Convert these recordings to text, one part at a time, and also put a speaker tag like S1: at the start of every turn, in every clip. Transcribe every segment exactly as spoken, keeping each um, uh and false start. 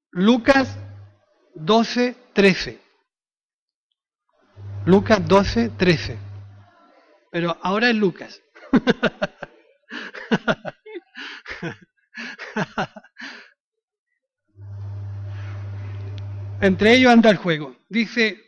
S1: Lucas doce, trece. Lucas doce, trece. Pero ahora es Lucas. Entre ellos anda el juego. Dice,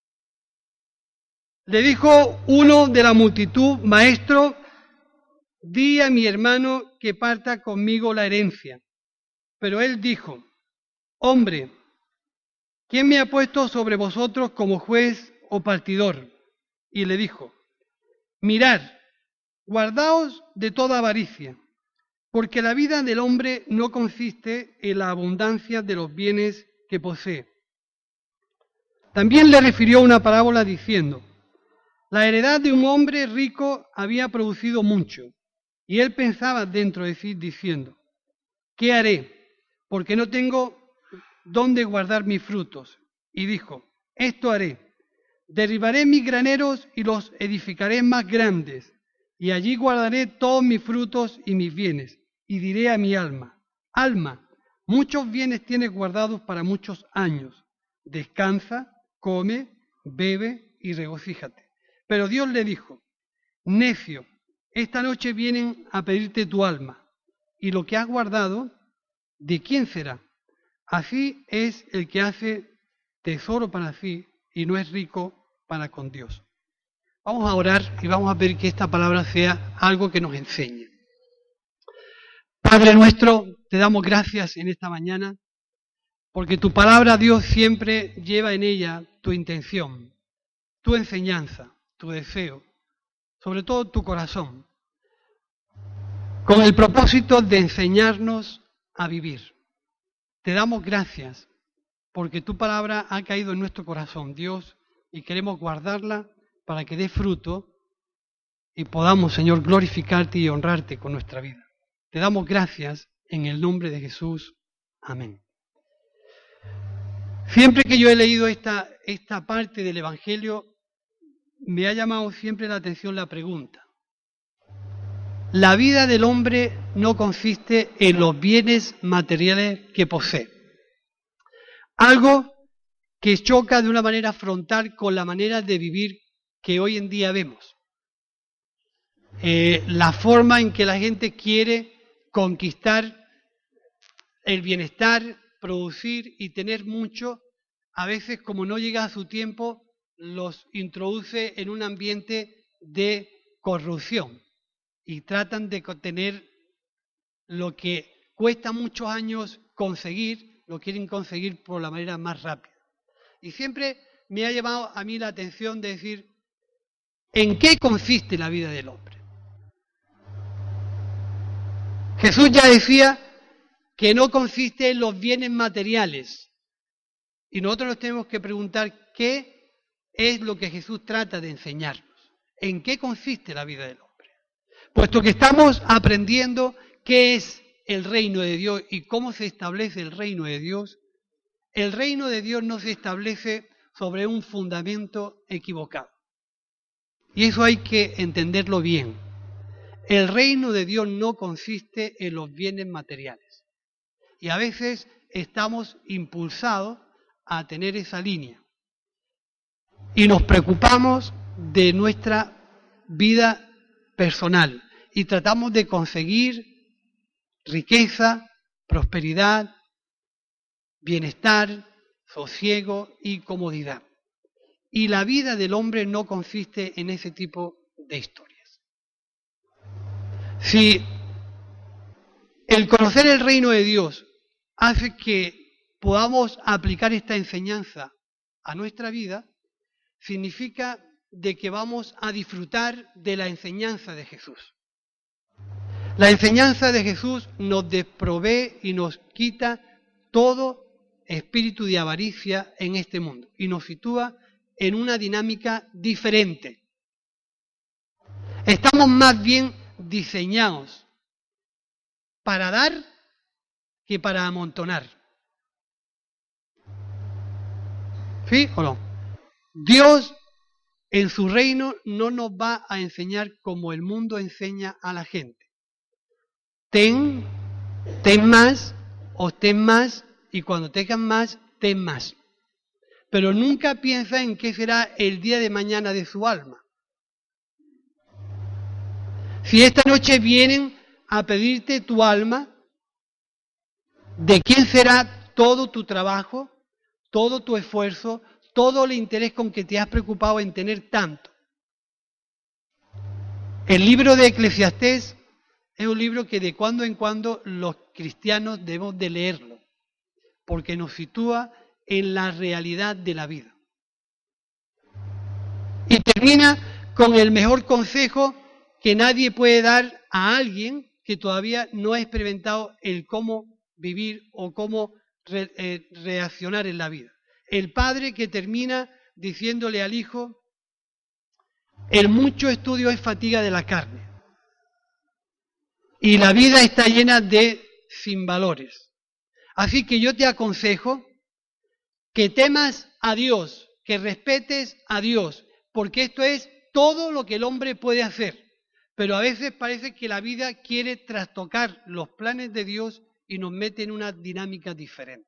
S1: le dijo uno de la multitud: Maestro, di a mi hermano que parta conmigo la herencia. Pero él dijo: Hombre, ¿quién me ha puesto sobre vosotros como juez o partidor? Y le dijo: Mirad, guardaos de toda avaricia, porque la vida del hombre no consiste en la abundancia de los bienes que posee. También le refirió una parábola diciendo: La heredad de un hombre rico había producido mucho, y él pensaba dentro de sí diciendo: ¿qué haré? Porque no tengo dónde guardar mis frutos. Y dijo: Esto haré: derribaré mis graneros y los edificaré más grandes, y allí guardaré todos mis frutos y mis bienes. Y diré a mi alma: Alma, muchos bienes tienes guardados para muchos años. Descansa, come, bebe y regocíjate. Pero Dios le dijo: Necio, esta noche vienen a pedirte tu alma, y lo que has guardado, ¿de quién será? Así es el que hace tesoro para sí y no es rico para con Dios. Vamos a orar y vamos a pedir que esta palabra sea algo que nos enseñe. Padre nuestro, te damos gracias en esta mañana, porque tu palabra, Dios, siempre lleva en ella tu intención, tu enseñanza, tu deseo, sobre todo tu corazón, con el propósito de enseñarnos a vivir. Te damos gracias porque tu palabra ha caído en nuestro corazón, Dios, y queremos guardarla para que dé fruto y podamos, Señor, glorificarte y honrarte con nuestra vida. Te damos gracias en el nombre de Jesús. Amén. Siempre que yo he leído esta, esta parte del Evangelio, me ha llamado siempre la atención la pregunta. La vida del hombre no consiste en los bienes materiales que posee. Algo que choca de una manera frontal con la manera de vivir que hoy en día vemos. Eh, la forma en que la gente quiere conquistar el bienestar, producir y tener mucho, a veces como no llega a su tiempo, los introduce en un ambiente de corrupción y tratan de tener lo que cuesta muchos años conseguir, lo quieren conseguir por la manera más rápida. Y siempre me ha llamado a mí la atención de decir, ¿en qué consiste la vida del hombre? Jesús ya decía que no consiste en los bienes materiales. Y nosotros nos tenemos que preguntar qué es lo que Jesús trata de enseñarnos. ¿En qué consiste la vida del hombre? Puesto que estamos aprendiendo qué es el reino de Dios y cómo se establece el reino de Dios, el reino de Dios no se establece sobre un fundamento equivocado. Y eso hay que entenderlo bien. El reino de Dios no consiste en los bienes materiales. Y a veces estamos impulsados a tener esa línea. Y nos preocupamos de nuestra vida personal. Y tratamos de conseguir riqueza, prosperidad, bienestar, sosiego y comodidad. Y la vida del hombre no consiste en ese tipo de historias. Si el conocer el reino de Dios hace que podamos aplicar esta enseñanza a nuestra vida, significa de que vamos a disfrutar de la enseñanza de Jesús. La enseñanza de Jesús nos desprovee y nos quita todo espíritu de avaricia en este mundo y nos sitúa en una dinámica diferente. Estamos más bien diseñados para dar que para amontonar. ¿Sí o no? Dios en su reino no nos va a enseñar como el mundo enseña a la gente. Ten, ten más, obtén más y cuando tengas más, ten más. Pero nunca piensa en qué será el día de mañana de su alma. Si esta noche vienen a pedirte tu alma, ¿de quién será todo tu trabajo, todo tu esfuerzo, todo el interés con que te has preocupado en tener tanto? El libro de Eclesiastés es un libro que de cuando en cuando los cristianos debemos de leerlo, porque nos sitúa en la realidad de la vida. Y termina con el mejor consejo que nadie puede dar a alguien que todavía no ha experimentado el cómo vivir o cómo re, eh, reaccionar en la vida. El padre que termina diciéndole al hijo, el mucho estudio es fatiga de la carne y la vida está llena de sinvalores. Así que yo te aconsejo que temas a Dios, que respetes a Dios, porque esto es todo lo que el hombre puede hacer. Pero a veces parece que la vida quiere trastocar los planes de Dios y nos mete en una dinámica diferente.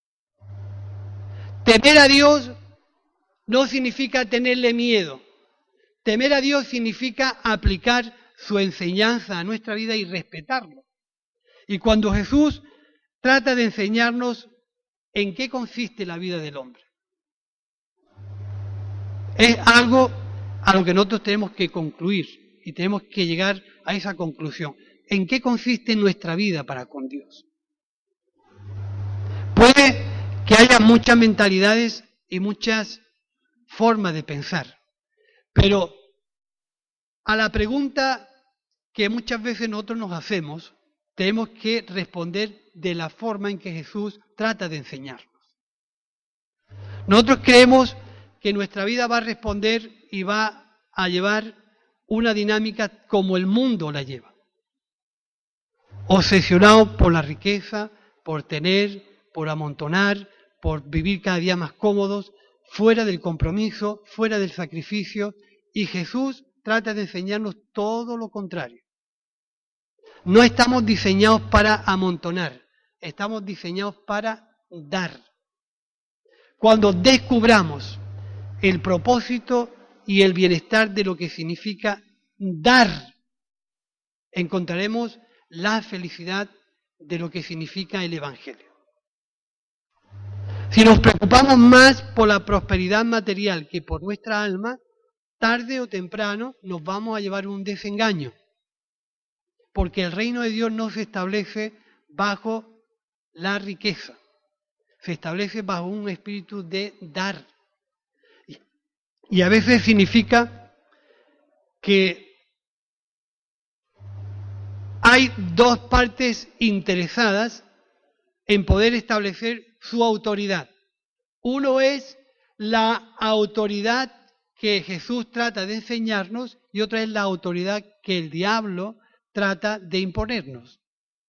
S1: Temer a Dios no significa tenerle miedo. Temer a Dios significa aplicar su enseñanza a nuestra vida y respetarlo. Y cuando Jesús trata de enseñarnos en qué consiste la vida del hombre, es algo a lo que nosotros tenemos que concluir y tenemos que llegar a esa conclusión. ¿En qué consiste nuestra vida para con Dios? Puede que haya muchas mentalidades y muchas formas de pensar, pero a la pregunta que muchas veces nosotros nos hacemos, tenemos que responder de la forma en que Jesús trata de enseñarnos. Nosotros creemos que nuestra vida va a responder y va a llevar una dinámica como el mundo la lleva. Obsesionado por la riqueza, por tener, por amontonar, por vivir cada día más cómodos, fuera del compromiso, fuera del sacrificio, y Jesús trata de enseñarnos todo lo contrario. No estamos diseñados para amontonar, estamos diseñados para dar. Cuando descubramos el propósito y el bienestar de lo que significa dar, encontraremos la felicidad de lo que significa el Evangelio. Si nos preocupamos más por la prosperidad material que por nuestra alma, tarde o temprano nos vamos a llevar un desengaño, porque el reino de Dios no se establece bajo la riqueza, se establece bajo un espíritu de dar. Y a veces significa que hay dos partes interesadas en poder establecer su autoridad. Uno es la autoridad que Jesús trata de enseñarnos y otra es la autoridad que el diablo trata de imponernos.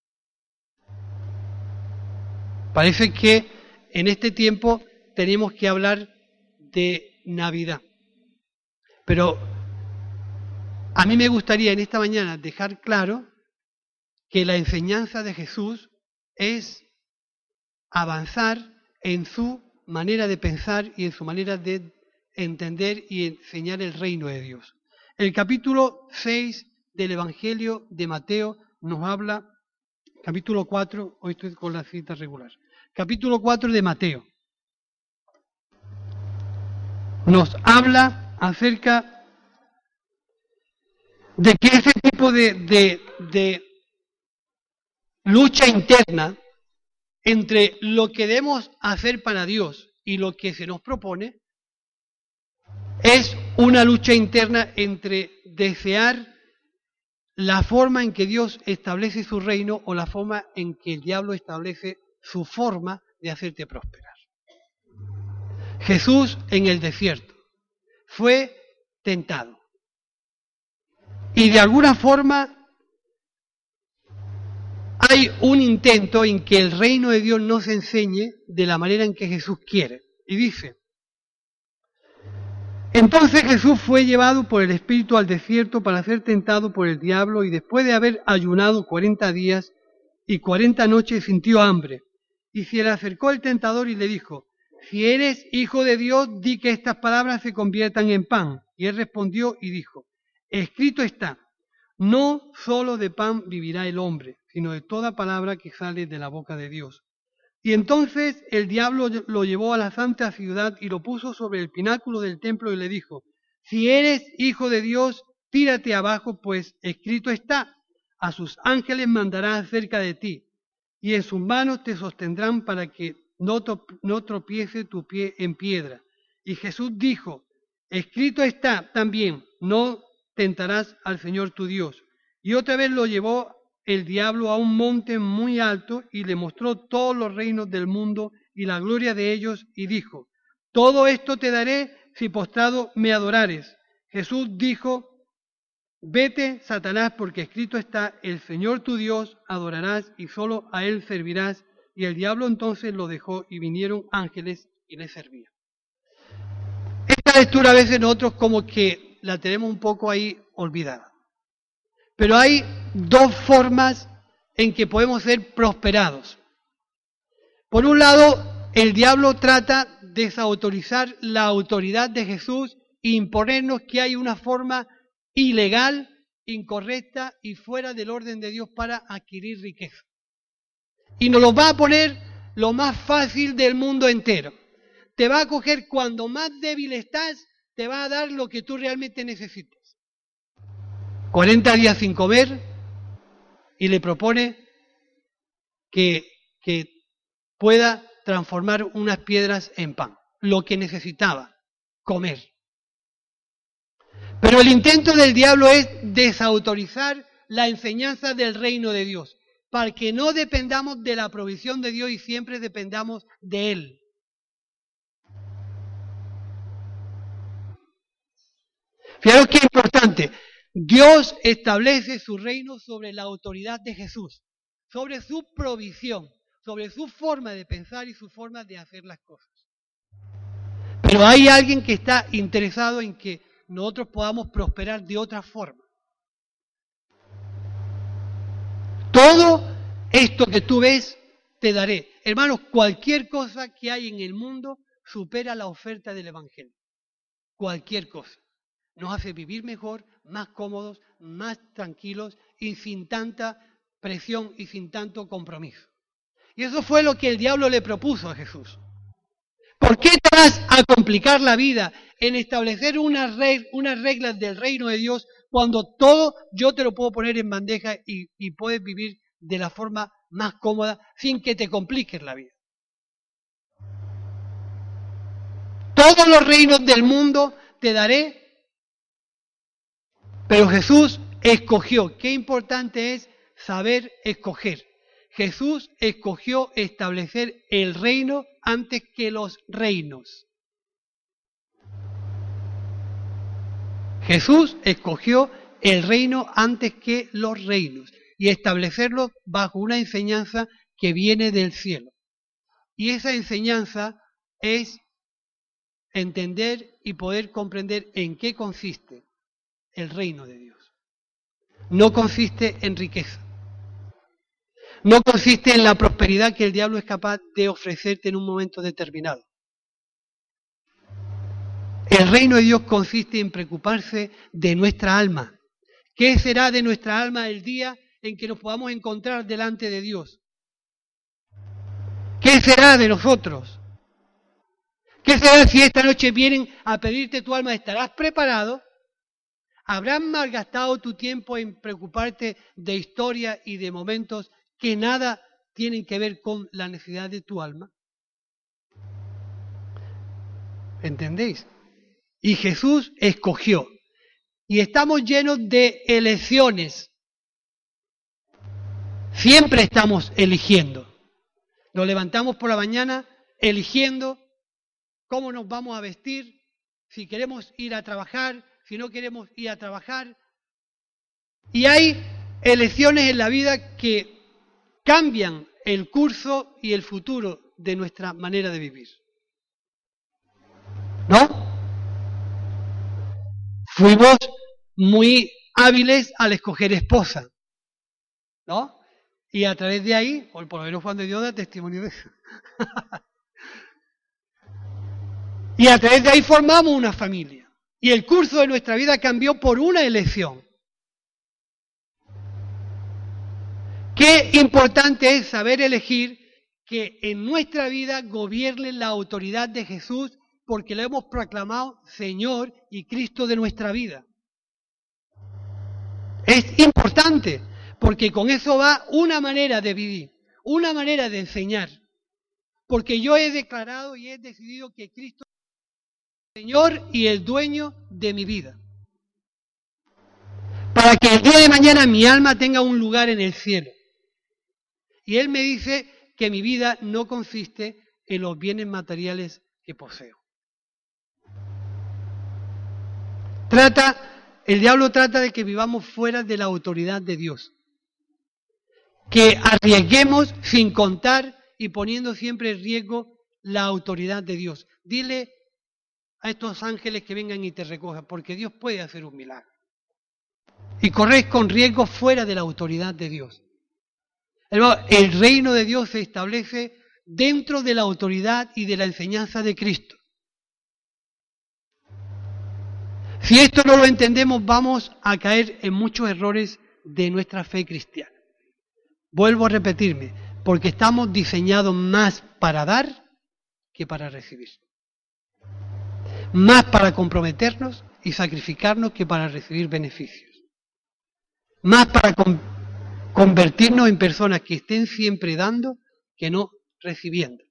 S1: Parece que en este tiempo tenemos que hablar de Navidad. Pero a mí me gustaría en esta mañana dejar claro que la enseñanza de Jesús es avanzar en su manera de pensar y en su manera de entender y enseñar el reino de Dios. El capítulo seis del Evangelio de Mateo nos habla, capítulo cuatro, hoy estoy con la cita regular, capítulo cuatro de Mateo, nos habla acerca de que ese tipo de, de, de lucha interna entre lo que debemos hacer para Dios y lo que se nos propone es una lucha interna entre desear la forma en que Dios establece su reino o la forma en que el diablo establece su forma de hacerte prosperar. Jesús en el desierto fue tentado y de alguna forma hay un intento en que el reino de Dios no se enseñe de la manera en que Jesús quiere. Y dice, entonces Jesús fue llevado por el Espíritu al desierto para ser tentado por el diablo y después de haber ayunado cuarenta días y cuarenta noches sintió hambre. Y se le acercó el tentador y le dijo, si eres hijo de Dios, di que estas palabras se conviertan en pan. Y él respondió y dijo, escrito está, no solo de pan vivirá el hombre, sino de toda palabra que sale de la boca de Dios. Y entonces el diablo lo llevó a la santa ciudad y lo puso sobre el pináculo del templo y le dijo, si eres hijo de Dios, tírate abajo, pues escrito está, a sus ángeles mandará acerca de ti, y en sus manos te sostendrán para que no, no tropiece tu pie en piedra. Y Jesús dijo, escrito está también, no tentarás al Señor tu Dios. Y otra vez lo llevó el diablo a un monte muy alto y le mostró todos los reinos del mundo y la gloria de ellos y dijo, todo esto te daré si postrado me adorares. Jesús dijo, vete, Satanás, porque escrito está, el Señor tu Dios adorarás y solo a Él servirás. Y el diablo entonces lo dejó y vinieron ángeles y le servían. Esta lectura a veces nosotros como que la tenemos un poco ahí olvidada. Pero hay dos formas en que podemos ser prosperados. Por un lado, el diablo trata de desautorizar la autoridad de Jesús e imponernos que hay una forma ilegal, incorrecta y fuera del orden de Dios para adquirir riqueza. Y nos lo va a poner lo más fácil del mundo entero. Te va a coger cuando más débil estás, te va a dar lo que tú realmente necesitas. cuarenta días sin comer y le propone que, que pueda transformar unas piedras en pan, lo que necesitaba, comer. Pero el intento del diablo es desautorizar la enseñanza del reino de Dios, para que no dependamos de la provisión de Dios y siempre dependamos de Él. Fijaros qué importante. Dios establece su reino sobre la autoridad de Jesús, sobre su provisión, sobre su forma de pensar y su forma de hacer las cosas. Pero hay alguien que está interesado en que nosotros podamos prosperar de otra forma. Todo esto que tú ves, te daré. Hermanos, cualquier cosa que hay en el mundo supera la oferta del Evangelio. Cualquier cosa. Nos hace vivir mejor, más cómodos, más tranquilos y sin tanta presión y sin tanto compromiso. Y eso fue lo que el diablo le propuso a Jesús. ¿Por qué te vas a complicar la vida en establecer unas, reg- unas reglas del reino de Dios cuando todo yo te lo puedo poner en bandeja y, y puedes vivir de la forma más cómoda sin que te compliques la vida? Todos los reinos del mundo te daré. Pero Jesús escogió. Qué importante es saber escoger. Jesús escogió establecer el reino antes que los reinos. Jesús escogió el reino antes que los reinos y establecerlo bajo una enseñanza que viene del cielo. Y esa enseñanza es entender y poder comprender en qué consiste el reino de Dios. No consiste en riqueza. No consiste en la prosperidad que el diablo es capaz de ofrecerte en un momento determinado. El reino de Dios consiste en preocuparse de nuestra alma. ¿Qué será de nuestra alma el día en que nos podamos encontrar delante de Dios? ¿Qué será de nosotros? ¿Qué será si esta noche vienen a pedirte tu alma? ¿Estarás preparado? ¿Habrás malgastado tu tiempo en preocuparte de historia y de momentos que nada tienen que ver con la necesidad de tu alma? ¿Entendéis? Y Jesús escogió. Y estamos llenos de elecciones. Siempre estamos eligiendo. Nos levantamos por la mañana eligiendo cómo nos vamos a vestir, si queremos ir a trabajar, si no queremos ir a trabajar. Y hay elecciones en la vida que cambian el curso y el futuro de nuestra manera de vivir. ¿No? Fuimos muy hábiles al escoger esposa, ¿no? Y a través de ahí, o por lo menos Juan de Dios da testimonio de eso. Y a través de ahí formamos una familia. Y el curso de nuestra vida cambió por una elección. Qué importante es saber elegir que en nuestra vida gobierne la autoridad de Jesús, porque lo hemos proclamado Señor y Cristo de nuestra vida. Es importante, porque con eso va una manera de vivir, una manera de enseñar. Porque yo he declarado y he decidido que Cristo es el Señor y el dueño de mi vida. Para que el día de mañana mi alma tenga un lugar en el cielo. Y Él me dice que mi vida no consiste en los bienes materiales que poseo. Trata, el diablo trata de que vivamos fuera de la autoridad de Dios. Que arriesguemos sin contar y poniendo siempre en riesgo la autoridad de Dios. Dile a estos ángeles que vengan y te recojan, porque Dios puede hacer un milagro. Y corres con riesgo fuera de la autoridad de Dios. El reino de Dios se establece dentro de la autoridad y de la enseñanza de Cristo. Si esto no lo entendemos, vamos a caer en muchos errores de nuestra fe cristiana. Vuelvo a repetirme, porque estamos diseñados más para dar que para recibir. Más para comprometernos y sacrificarnos que para recibir beneficios. Más para con, convertirnos en personas que estén siempre dando que no recibiendo.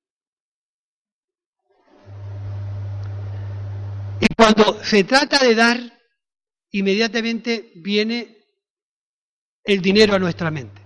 S1: Y cuando se trata de dar, inmediatamente viene el dinero a nuestra mente.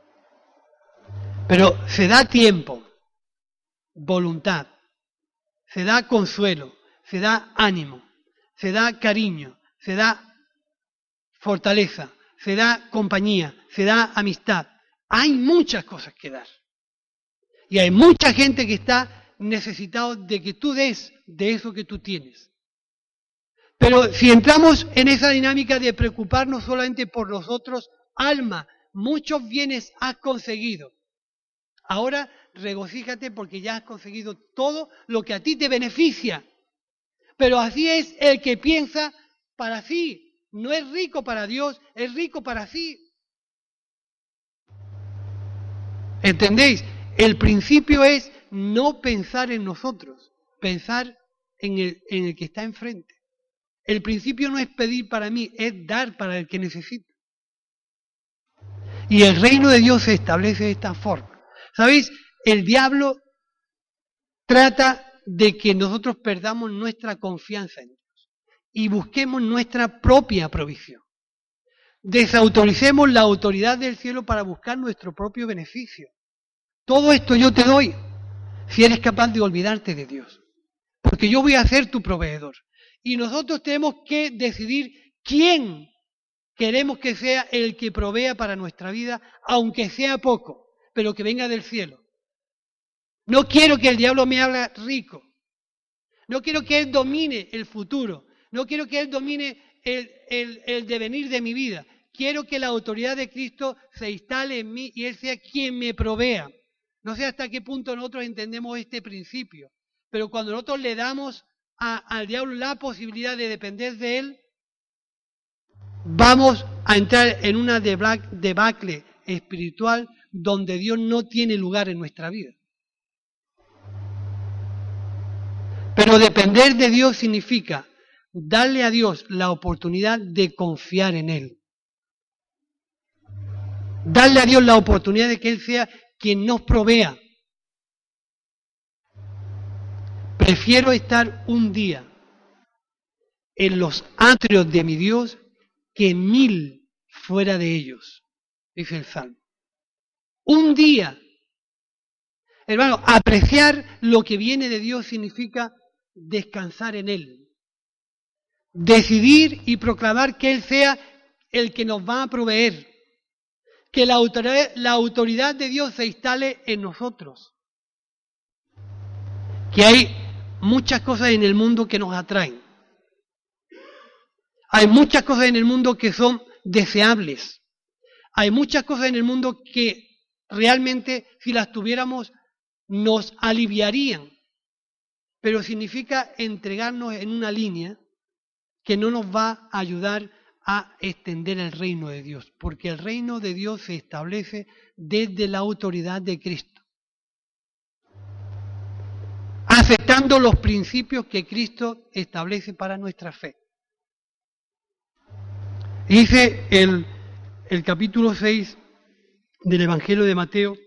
S1: Pero se da tiempo, voluntad, se da consuelo, se da ánimo, se da cariño, se da fortaleza, se da compañía, se da amistad. Hay muchas cosas que dar. Y hay mucha gente que está necesitado de que tú des de eso que tú tienes. Pero si entramos en esa dinámica de preocuparnos solamente por nosotros, alma, muchos bienes has conseguido. Ahora regocíjate porque ya has conseguido todo lo que a ti te beneficia. Pero así es el que piensa para sí. No es rico para Dios, es rico para sí. ¿Entendéis? El principio es no pensar en nosotros, pensar en el, en el que está enfrente. El principio no es pedir para mí, es dar para el que necesita. Y el reino de Dios se establece de esta forma. ¿Sabéis? El diablo trata de que nosotros perdamos nuestra confianza en Dios y busquemos nuestra propia provisión. Desautoricemos la autoridad del cielo para buscar nuestro propio beneficio. Todo esto yo te doy si eres capaz de olvidarte de Dios. Porque yo voy a ser tu proveedor. Y nosotros tenemos que decidir quién queremos que sea el que provea para nuestra vida, aunque sea poco, pero que venga del cielo. No quiero que el diablo me haga rico. No quiero que él domine el futuro. No quiero que él domine el, el, el devenir de mi vida. Quiero que la autoridad de Cristo se instale en mí y Él sea quien me provea. No sé hasta qué punto nosotros entendemos este principio, pero cuando nosotros le damos a, al diablo la posibilidad de depender de Él, vamos a entrar en una debacle espiritual donde Dios no tiene lugar en nuestra vida. Pero depender de Dios significa darle a Dios la oportunidad de confiar en Él. Darle a Dios la oportunidad de que Él sea quien nos provea. Prefiero estar un día en los atrios de mi Dios que mil fuera de ellos, dice el Salmo. Un día. Hermano, apreciar lo que viene de Dios significa descansar en Él. Decidir y proclamar que Él sea el que nos va a proveer. Que la autoridad, la autoridad de Dios se instale en nosotros. Que hay muchas cosas en el mundo que nos atraen. Hay muchas cosas en el mundo que son deseables. Hay muchas cosas en el mundo que realmente, si las tuviéramos, nos aliviarían. Pero significa entregarnos en una línea que no nos va a ayudar a extender el reino de Dios, porque el reino de Dios se establece desde la autoridad de Cristo, aceptando los principios que Cristo establece para nuestra fe. Dice el, el capítulo seis del Evangelio de Mateo: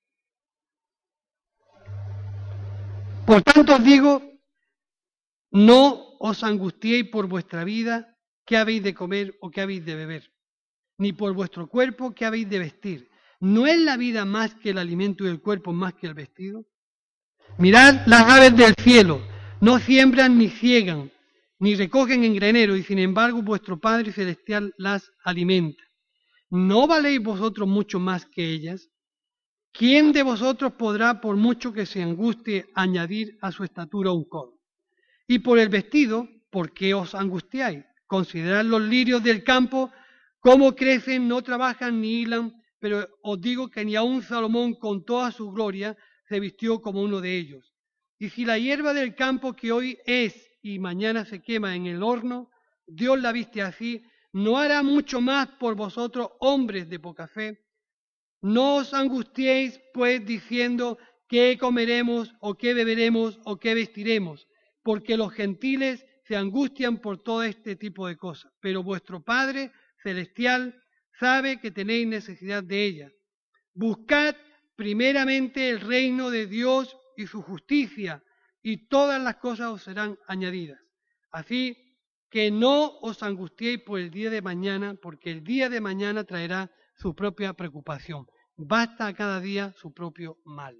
S1: por tanto os digo, no os angustiéis por vuestra vida, qué habéis de comer o qué habéis de beber, ni por vuestro cuerpo, qué habéis de vestir. ¿No es la vida más que el alimento y el cuerpo más que el vestido? Mirad las aves del cielo, no siembran ni ciegan, ni recogen en granero, y sin embargo vuestro Padre Celestial las alimenta. ¿No valéis vosotros mucho más que ellas? ¿Quién de vosotros podrá, por mucho que se angustie, añadir a su estatura un codo? Y por el vestido, ¿por qué os angustiáis? Considerad los lirios del campo, cómo crecen, no trabajan ni hilan, pero os digo que ni aun Salomón con toda su gloria se vistió como uno de ellos. Y si la hierba del campo que hoy es y mañana se quema en el horno, Dios la viste así, ¿no hará mucho más por vosotros, hombres de poca fe? No os angustiéis, pues, diciendo qué comeremos o qué beberemos o qué vestiremos, porque los gentiles se angustian por todo este tipo de cosas, pero vuestro Padre Celestial sabe que tenéis necesidad de ellas. Buscad primeramente el reino de Dios y su justicia, y todas las cosas os serán añadidas. Así que no os angustiéis por el día de mañana, porque el día de mañana traerá su propia preocupación. Basta a cada día su propio mal.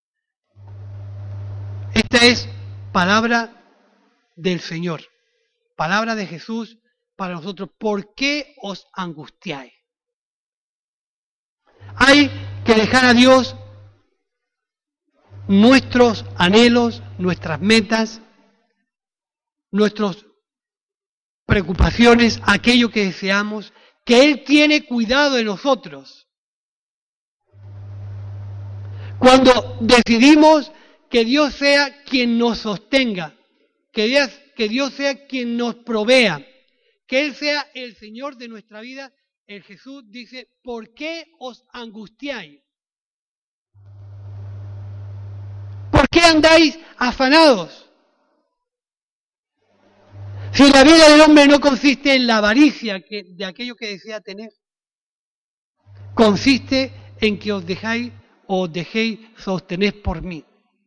S1: Esta es palabra del Señor, palabra de Jesús para nosotros. ¿Por qué os angustiáis? Hay que dejar a Dios nuestros anhelos, nuestras metas, nuestras preocupaciones, aquello que deseamos, que Él tiene cuidado de nosotros. Cuando decidimos que Dios sea quien nos sostenga, que Dios, que Dios sea quien nos provea, que Él sea el Señor de nuestra vida, el Jesús dice, ¿por qué os angustiáis? ¿Por qué andáis afanados? Si la vida del hombre no consiste en la avaricia que, de aquello que desea tener, consiste en que os dejáis o os dejéis sostener por mí.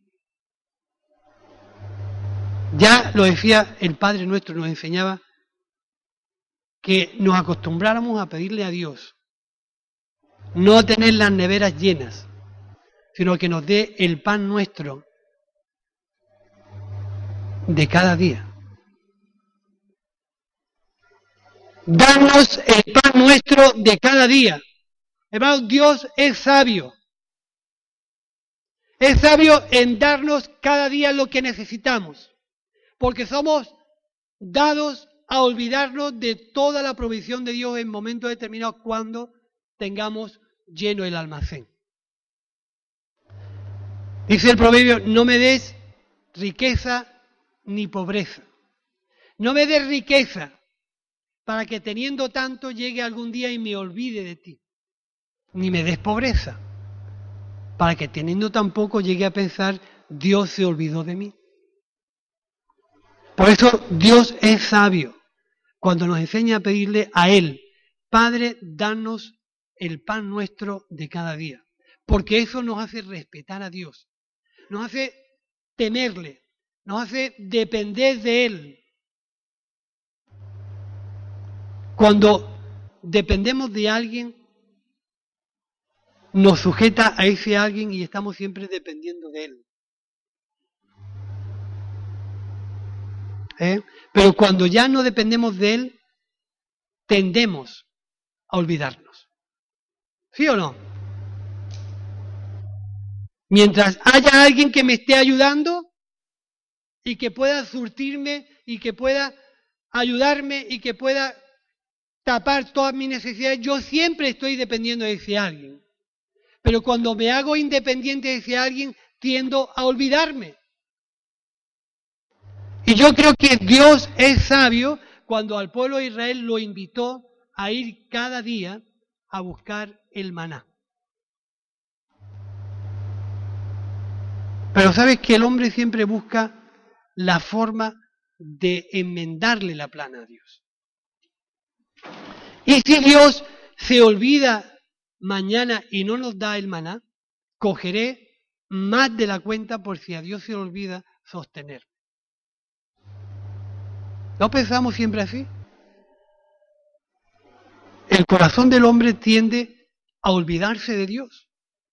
S1: Ya lo decía el Padre Nuestro, nos enseñaba que nos acostumbráramos a pedirle a Dios, no a tener las neveras llenas, sino que nos dé el pan nuestro de cada día. Danos el pan nuestro de cada día. Hermanos, Dios es sabio. Es sabio en darnos cada día lo que necesitamos, porque somos dados a olvidarnos de toda la provisión de Dios en momentos determinados cuando tengamos lleno el almacén. Dice el proverbio, no me des riqueza ni pobreza. No me des riqueza para que teniendo tanto llegue algún día y me olvide de ti. Ni me des pobreza para que teniendo tan poco llegue a pensar, Dios se olvidó de mí. Por eso Dios es sabio cuando nos enseña a pedirle a Él, Padre, danos el pan nuestro de cada día. Porque eso nos hace respetar a Dios, nos hace temerle, nos hace depender de Él. Cuando dependemos de alguien, nos sujeta a ese alguien y estamos siempre dependiendo de Él. ¿Eh? Pero cuando ya no dependemos de Él, tendemos a olvidarnos. ¿Sí o no? Mientras haya alguien que me esté ayudando y que pueda surtirme y que pueda ayudarme y que pueda tapar todas mis necesidades, yo siempre estoy dependiendo de ese alguien. Pero cuando me hago independiente de ese alguien, tiendo a olvidarme. Y yo creo que Dios es sabio cuando al pueblo de Israel lo invitó a ir cada día a buscar el maná. Pero sabes que el hombre siempre busca la forma de enmendarle la plana a Dios. Y si Dios se olvida mañana y no nos da el maná, cogeré más de la cuenta por si a Dios se le olvida sostener. ¿No pensamos siempre así? El corazón del hombre tiende a olvidarse de Dios.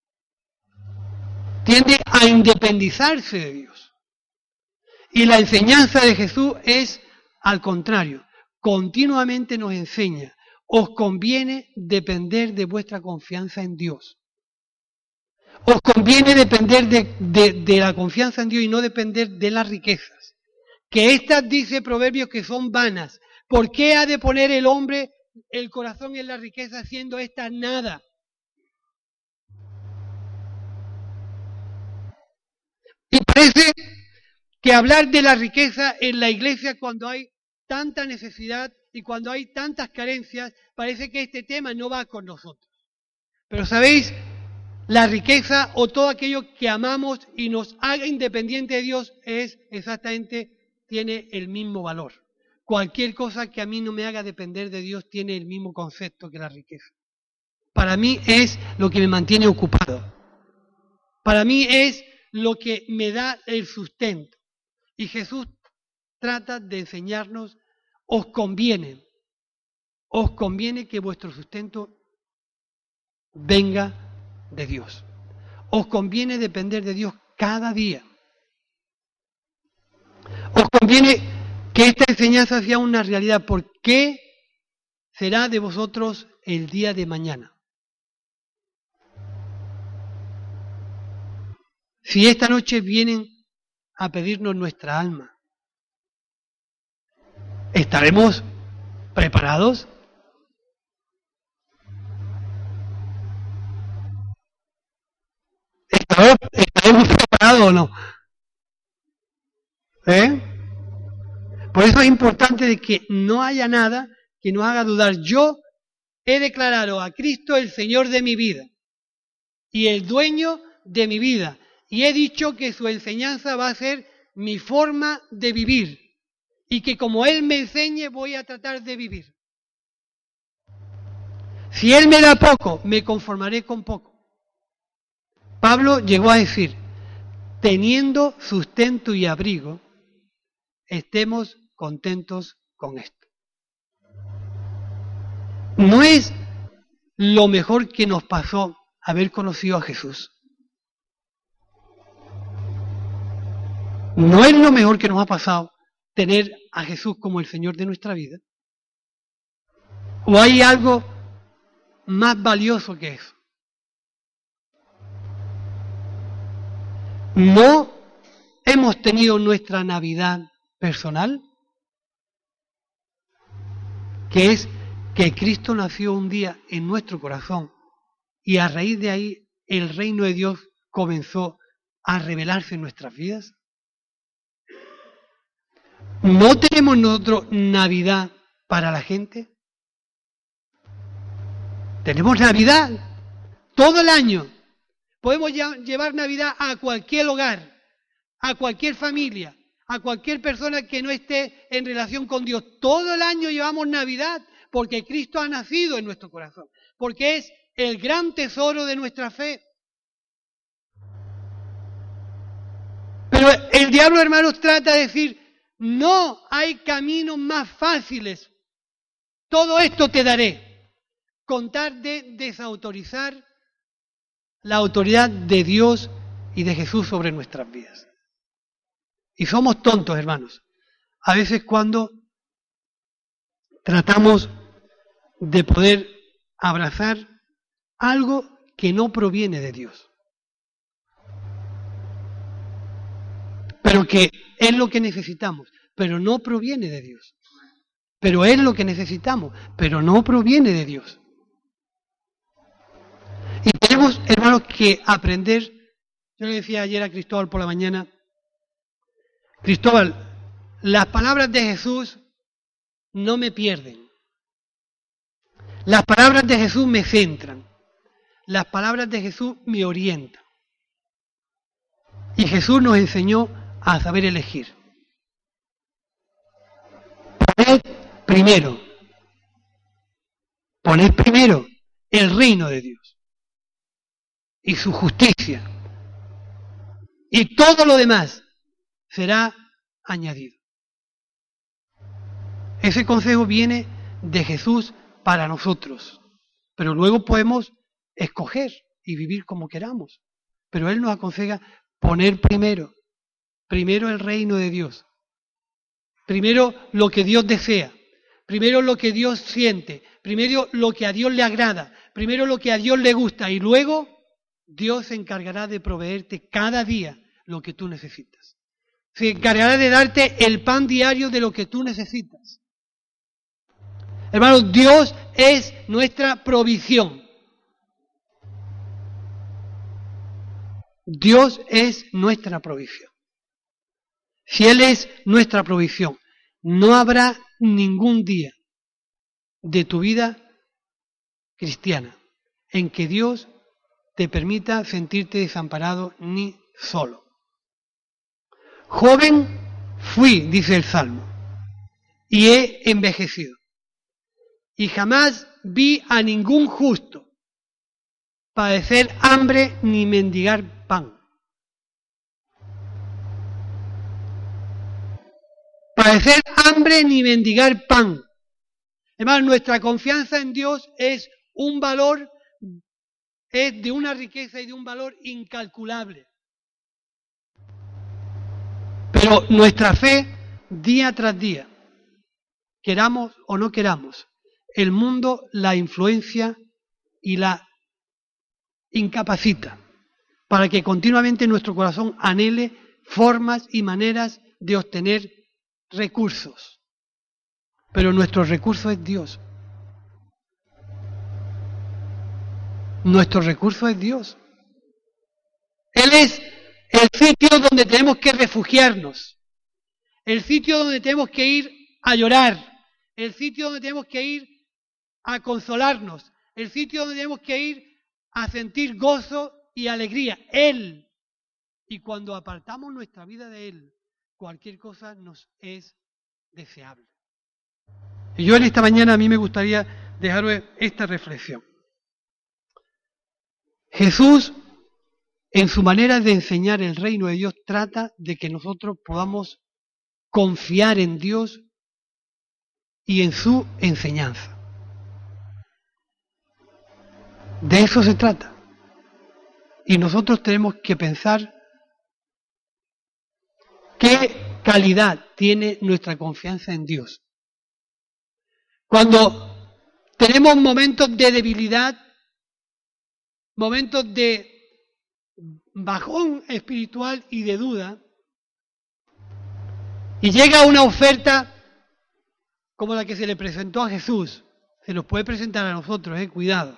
S1: Tiende a independizarse de Dios. Y la enseñanza de Jesús es al contrario. Continuamente nos enseña, os conviene depender de vuestra confianza en Dios. Os conviene depender de, de, de la confianza en Dios y no depender de las riquezas. Que estas, dice Proverbios, que son vanas. ¿Por qué ha de poner el hombre el corazón en la riqueza siendo esta nada? Y parece que hablar de la riqueza en la iglesia cuando hay tanta necesidad y cuando hay tantas carencias, parece que este tema no va con nosotros. Pero ¿sabéis? La riqueza o todo aquello que amamos y nos haga independiente de Dios es exactamente, tiene el mismo valor. Cualquier cosa que a mí no me haga depender de Dios tiene el mismo concepto que la riqueza. Para mí es lo que me mantiene ocupado. Para mí es lo que me da el sustento. Y Jesús trata de enseñarnos, os conviene, os conviene que vuestro sustento venga de Dios. Os conviene depender de Dios cada día. Os conviene que esta enseñanza sea una realidad. ¿Por qué será de vosotros el día de mañana? Si esta noche vienen a pedirnos nuestra alma, ¿estaremos preparados? ¿Estaremos preparados o no? ¿Eh? Por eso es importante de que no haya nada que nos haga dudar. Yo he declarado a Cristo el Señor de mi vida y el dueño de mi vida. Y he dicho que su enseñanza va a ser mi forma de vivir. Y que como Él me enseñe voy a tratar de vivir. Si Él me da poco, me conformaré con poco. Pablo llegó a decir, teniendo sustento y abrigo, estemos contentos con esto. No es lo mejor que nos pasó haber conocido a Jesús. No es lo mejor que nos ha pasado tener a Jesús como el Señor de nuestra vida. ¿O hay algo más valioso que eso? ¿No hemos tenido nuestra Navidad personal? Que es que Cristo nació un día en nuestro corazón y a raíz de ahí el reino de Dios comenzó a revelarse en nuestras vidas. ¿No tenemos nosotros Navidad para la gente? Tenemos Navidad todo el año. Podemos llevar Navidad a cualquier hogar, a cualquier familia, a cualquier persona que no esté en relación con Dios. Todo el año llevamos Navidad porque Cristo ha nacido en nuestro corazón, porque es el gran tesoro de nuestra fe. Pero el diablo, hermanos, trata de decir, no hay caminos más fáciles. Todo esto te daré. Contar de desautorizar la autoridad de Dios y de Jesús sobre nuestras vidas. Y somos tontos, hermanos. A veces cuando tratamos de poder abrazar algo que no proviene de Dios. Pero que es lo que necesitamos, pero no proviene de Dios. Pero es lo que necesitamos, pero no proviene de Dios. Y tenemos tenemos, hermanos, que aprender. Yo le decía ayer a Cristóbal por la mañana, Cristóbal, las palabras de Jesús no me pierden. Las palabras de Jesús me centran. Las palabras de Jesús me orientan. Y Jesús nos enseñó a saber elegir. Poned primero, poned primero el reino de Dios y su justicia. Y todo lo demás será añadido. Ese consejo viene de Jesús para nosotros, pero luego podemos escoger y vivir como queramos. Pero Él nos aconseja poner primero, primero el reino de Dios, primero lo que Dios desea, primero lo que Dios siente, primero lo que a Dios le agrada, primero lo que a Dios le gusta, y luego Dios se encargará de proveerte cada día lo que tú necesitas. Se encargará de darte el pan diario de lo que tú necesitas. Hermanos, Dios es nuestra provisión. Dios es nuestra provisión. Si Él es nuestra provisión, no habrá ningún día de tu vida cristiana en que Dios te permita sentirte desamparado ni solo. Joven fui, dice el Salmo, y he envejecido. Y jamás vi a ningún justo padecer hambre ni mendigar pan. Padecer hambre ni mendigar pan. Además, nuestra confianza en Dios es un valor, es de una riqueza y de un valor incalculable. Pero nuestra fe, día tras día, queramos o no queramos, el mundo la influencia y la incapacita para que continuamente nuestro corazón anhele formas y maneras de obtener recursos. Pero nuestro recurso es Dios. Nuestro recurso es Dios. Él es el sitio donde tenemos que refugiarnos, el sitio donde tenemos que ir a llorar, el sitio donde tenemos que ir a consolarnos, el sitio donde tenemos que ir a sentir gozo y alegría. Él. Y cuando apartamos nuestra vida de Él, cualquier cosa nos es deseable. Y yo en esta mañana a mí me gustaría dejaros esta reflexión. Jesús, en su manera de enseñar el reino de Dios, trata de que nosotros podamos confiar en Dios y en su enseñanza. De eso se trata. Y nosotros tenemos que pensar qué calidad tiene nuestra confianza en Dios. Cuando tenemos momentos de debilidad, momentos de bajón espiritual y de duda, y llega una oferta como la que se le presentó a Jesús, se nos puede presentar a nosotros, eh, cuidado.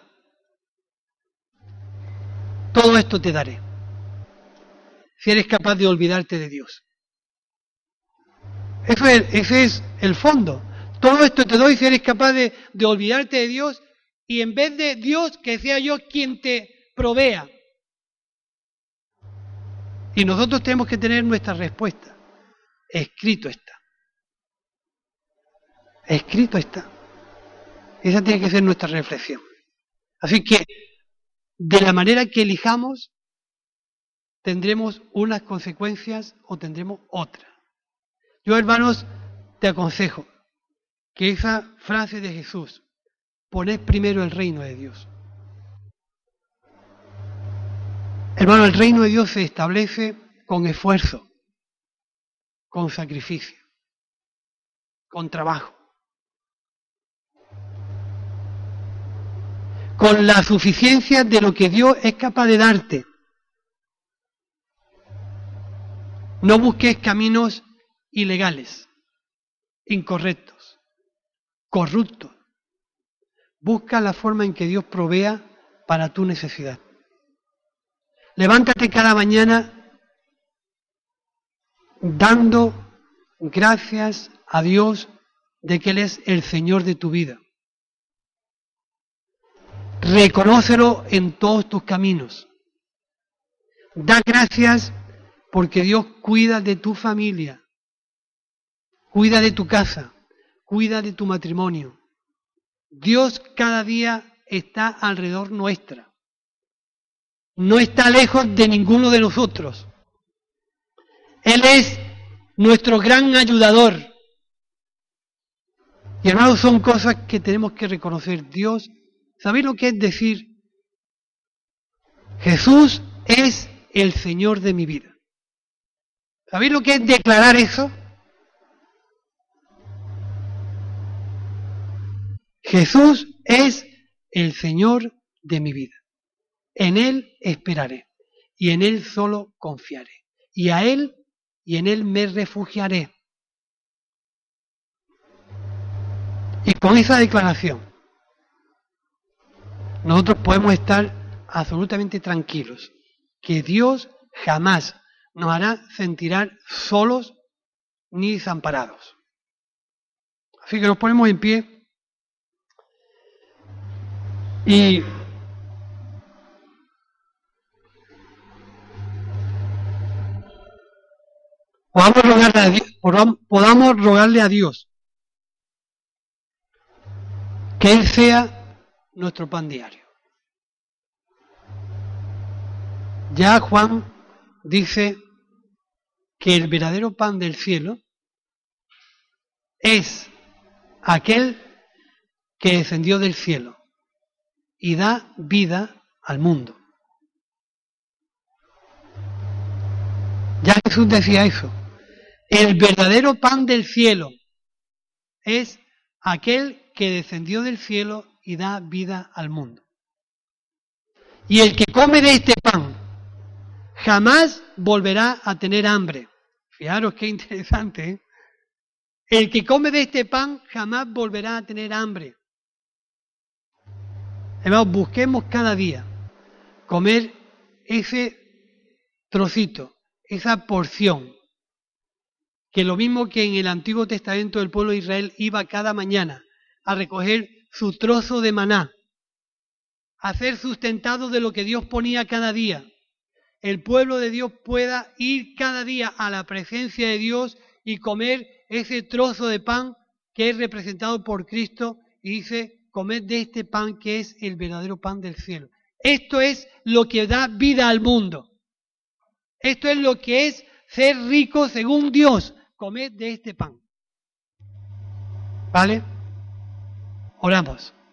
S1: Todo esto te daré, si eres capaz de olvidarte de Dios. Eso es, ese es el fondo. Todo esto te doy si eres capaz de, de olvidarte de Dios y en vez de Dios, que sea yo quien te provea. Y nosotros tenemos que tener nuestra respuesta. Escrito está. Escrito está. Esa tiene que ser nuestra reflexión. Así que, de la manera que elijamos, tendremos unas consecuencias o tendremos otras. Yo, hermanos, te aconsejo que esa frase de Jesús, poned primero el reino de Dios. Hermano, el reino de Dios se establece con esfuerzo, con sacrificio, con trabajo, con la suficiencia de lo que Dios es capaz de darte. No busques caminos ilegales, incorrectos, corruptos. Busca la forma en que Dios provea para tu necesidad. Levántate cada mañana dando gracias a Dios de que Él es el Señor de tu vida. Reconócelo en todos tus caminos. Da gracias porque Dios cuida de tu familia, cuida de tu casa, cuida de tu matrimonio. Dios cada día está alrededor nuestra. No está lejos de ninguno de nosotros. Él es nuestro gran ayudador. Y hermanos, son cosas que tenemos que reconocer. Dios, ¿sabéis lo que es decir? Jesús es el Señor de mi vida. ¿Sabéis lo que es declarar eso? Jesús es el Señor de mi vida. En Él esperaré y en Él solo confiaré. Y a Él y en Él me refugiaré. Y con esa declaración, nosotros podemos estar absolutamente tranquilos, que Dios jamás nos hará sentir solos ni desamparados. Así que nos ponemos en pie y podamos rogarle a Dios, podamos rogarle a Dios que Él sea nuestro pan diario. Ya Juan dice que el verdadero pan del cielo es aquel que descendió del cielo y da vida al mundo. Ya Jesús decía eso. El verdadero pan del cielo es aquel que descendió del cielo y da vida al mundo. Y el que come de este pan jamás volverá a tener hambre. Fijaros qué interesante, ¿eh? El que come de este pan jamás volverá a tener hambre. Hermanos, busquemos cada día comer ese trocito, esa porción, que lo mismo que en el Antiguo Testamento el pueblo de Israel iba cada mañana a recoger su trozo de maná, a ser sustentado de lo que Dios ponía cada día. El pueblo de Dios pueda ir cada día a la presencia de Dios y comer ese trozo de pan que es representado por Cristo y dice, comed de este pan que es el verdadero pan del cielo. Esto es lo que da vida al mundo. Esto es lo que es ser rico según Dios. Comed de este pan. ¿Vale? Oramos.